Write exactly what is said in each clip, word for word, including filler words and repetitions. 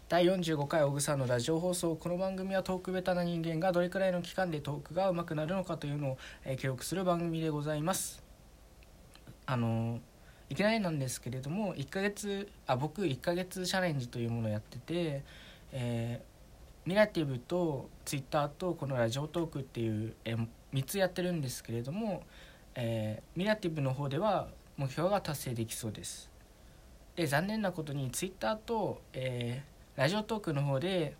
だいよんじゅうごかいオグさんのラジオ放送。この番組はトークベタな人間がどれくらいの期間でトークが上手くなるのかというのを、えー、記録する番組でございます。あのー、いきなりなんですけれどもいっかげつあ僕いっかげつチャレンジというものをやってて、えー、ミラティブとツイッターとこのラジオトークっていう、えー、みっつやってるんですけれども、えー、ミラティブの方では目標が達成できそうです。で残念なことにツイッターと、えーラジオトークの方で、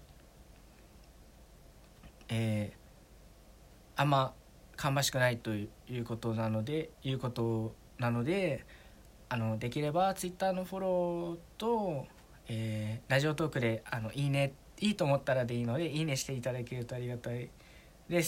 えー、あんま芳しくないということなのでいうことなのであのできればツイッターのフォローと、えー、ラジオトークであのいいねいいと思ったらでいいのでいいねしていただけるとありがたいです。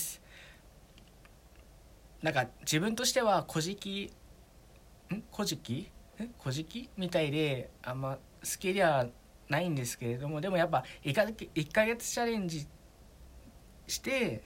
なんか自分としては古事記ん古事記ん古事記みたいであんま好きではないんですけれども、でもやっぱいっかげつチャレンジして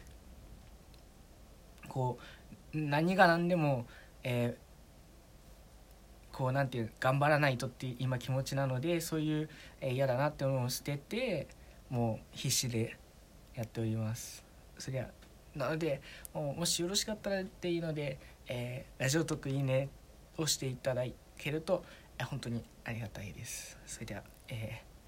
こう何が何でも、えー、こうなんていう頑張らないとっていう今気持ちなので、そういうえー、嫌だなって思うのを捨ててもう必死でやっております。そりゃなので も, もしよろしかったらでいいので、えー、ラジオトークいいねをしていただけると本当にありがたいです。それでは、えー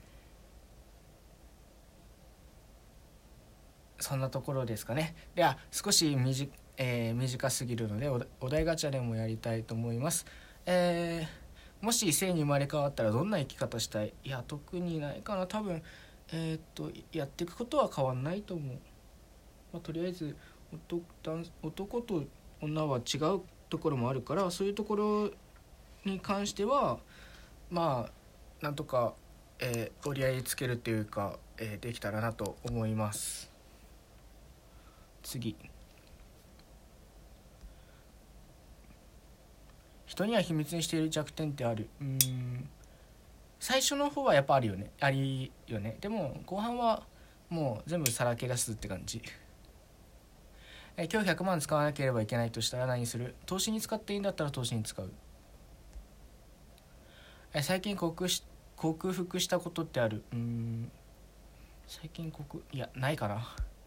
そんなところですかね。では少し短、えー、短すぎるので お, お題ガチャでもやりたいと思います。えー、もし性に生まれ変わったらどんな生き方したい？いや特にないかな。多分えー、っとやっていくことは変わんないと思う。まあ、とりあえず 男, 男と女は違うところもあるから、そういうところに関してはまあなんとか、えー、折り合いつけるっていうか、えー、できたらなと思います。次、人には秘密にしている弱点ってある？うーん最初の方はやっぱあるよねありよね。でも後半はもう全部さらけ出すって感じ。え今日ひゃくまん使わなければいけないとしたら何する？投資に使っていいんだったら投資に使う。え最近克服し克服したことってある？うーん最近克いやないかな。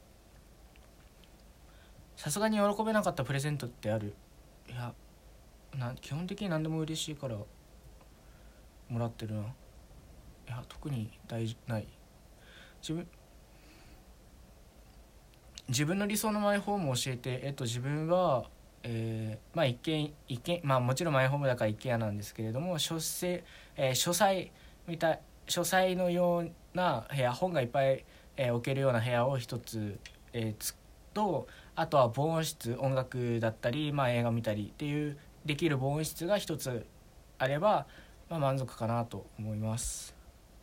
さすがに喜べなかったプレゼントってある？いやな基本的に何でも嬉しいからもらってるな。いや特に大事ない。自分自分の理想のマイホームを教えて。えっと自分はえー、まあ一軒一軒まあもちろんマイホームだから一軒家なんですけれども、書生、えー、書斎みたい書斎のような部屋、本がいっぱい、えー、置けるような部屋を一つ、えー、つと、あとは防音室、音楽だったり、まあ、映画見たりっていうできる防音室が一つあれば、まあ、満足かなと思います。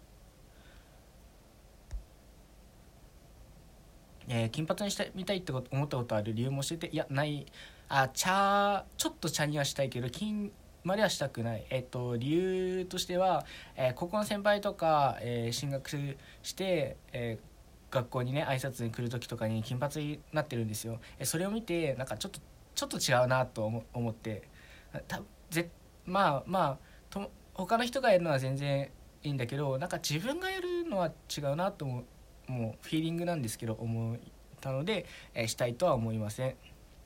えー、金髪にしてみたいって思ったことある？理由も教えて。いやないあ茶ちょっと茶にはしたいけど金まではしたくない。えっと理由としては、えー、高校の先輩とか、えー、進学して、えー、学校にね挨拶に来る時とかに金髪になってるんですよ。えー、それを見てなんかちょっとちょっと違うなと思思ってたぜまあまあと他の人がやるのは全然いいんだけど、なんか自分がやるのは違うなと思う。もうフィーリングなんですけど思ったので、えー、したいとは思いません。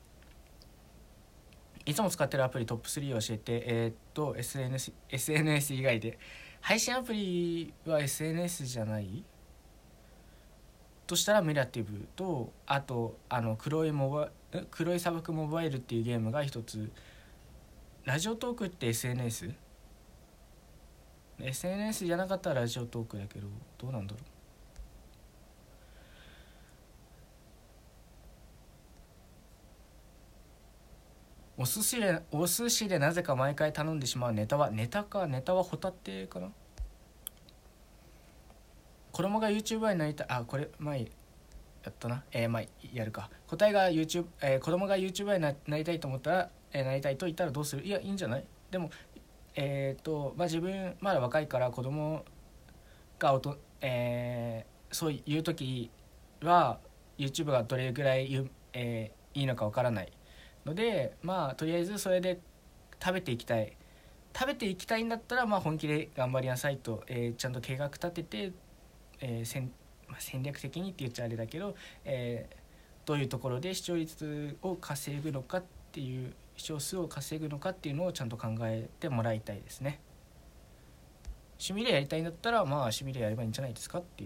いつも使ってるアプリトップスリーを教えて。えー、っと エスエヌエス, エスエヌエス 以外で配信アプリは エスエヌエス じゃないとしたらミラティブと、あとあの黒いモバ黒い砂漠モバイルっていうゲームが一つ。ラジオトークって エスエヌエス？ エスエヌエス じゃなかったらラジオトークだけどどうなんだろう。お寿司でお寿司でなぜか毎回頼んでしまうネタはネタかネタはホタテかな。子供が YouTuber になりたい。あこれ前やったな。えー、まあやるか。答えが YouTube、えー、子供が YouTuber に な, なりたいと思ったら、えー、なりたいと言ったらどうする？いやいいんじゃない。でもえっ、ー、とまあ自分まだ若いから子供がおと、えー、そういう時は YouTube がどれぐらい、えー、いいのかわからないので、まあとりあえずそれで食べていきたい食べていきたいんだったら、まあ本気で頑張りなさいと、えー、ちゃんと計画立てて、 えー戦まあ、戦略的にって言っちゃあれだけど、えー、どういうところで視聴率を稼ぐのかっていう視聴数を稼ぐのかっていうのをちゃんと考えてもらいたいですね。趣味でやりたいんだったらまあ趣味でやればいいんじゃないですかっていう。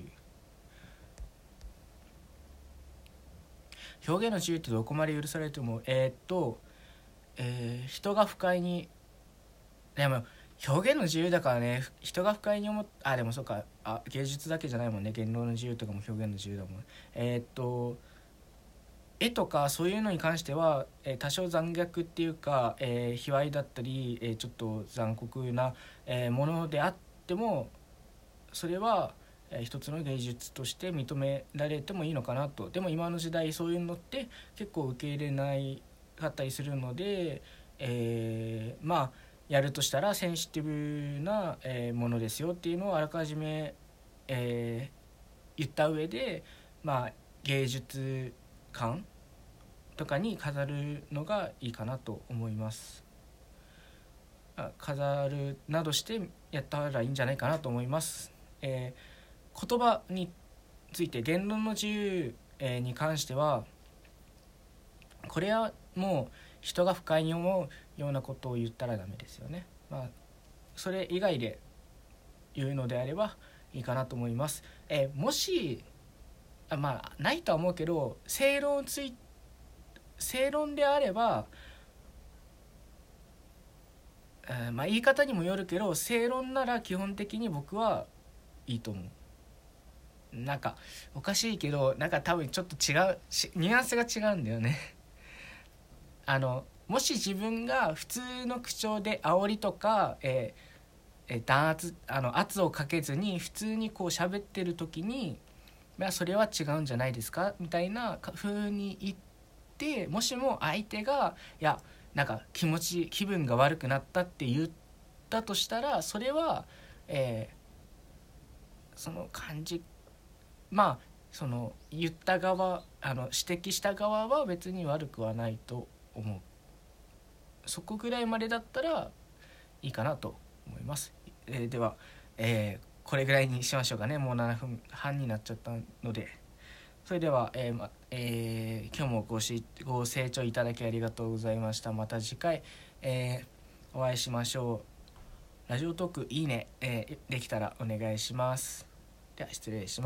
表現の自由ってどこまで許されてもえー、っと、えー、人が不快にでも表現の自由だからね、人が不快に思っあでもそうか、あ芸術だけじゃないもんね、言論の自由とかも表現の自由だもん。えー、っと絵とかそういうのに関しては、えー、多少残虐っていうか、えー、卑猥だったり、えー、ちょっと残酷な、えー、ものであってもそれは、えー、一つの芸術として認められてもいいのかなと。でも今の時代そういうのって結構受け入れないかったりするので、えー、まあやるとしたらセンシティブな、えー、ものですよっていうのをあらかじめ、えー、言った上で、まあ芸術館とかに飾るのがいいかなと思います。飾るなどしてやったらいいんじゃないかなと思います。えー、言葉について言論の自由、えー、に関してはこれはもう人が不快に思うようなことを言ったらダメですよね。まあそれ以外で言うのであればいいかなと思います。えー、もしあまあないとは思うけど正論つい正論であれば、えー、まあ言い方にもよるけど正論なら基本的に僕はいいと思う。なんかおかしいけどなんか多分ちょっと違うニュアンスが違うんだよねあのもし自分が普通の口調で煽りとか、えーえー、弾圧あの圧をかけずに普通にこう喋ってる時に、まあ、それは違うんじゃないですかみたいな風に言って、もしも相手がいやなんか気持ち気分が悪くなったって言ったとしたらそれは、えー、その感じまあその言った側あの指摘した側は別に悪くはないと思う。そこぐらいまでだったらいいかなと思います。えー、では、えー、これぐらいにしましょうかね。もうななふんはんになっちゃったので、それでは、えーまえー、今日もごしご清聴いただきありがとうございました。また次回、えー、お会いしましょう。ラジオトークいいね、えー、できたらお願いします。では失礼します。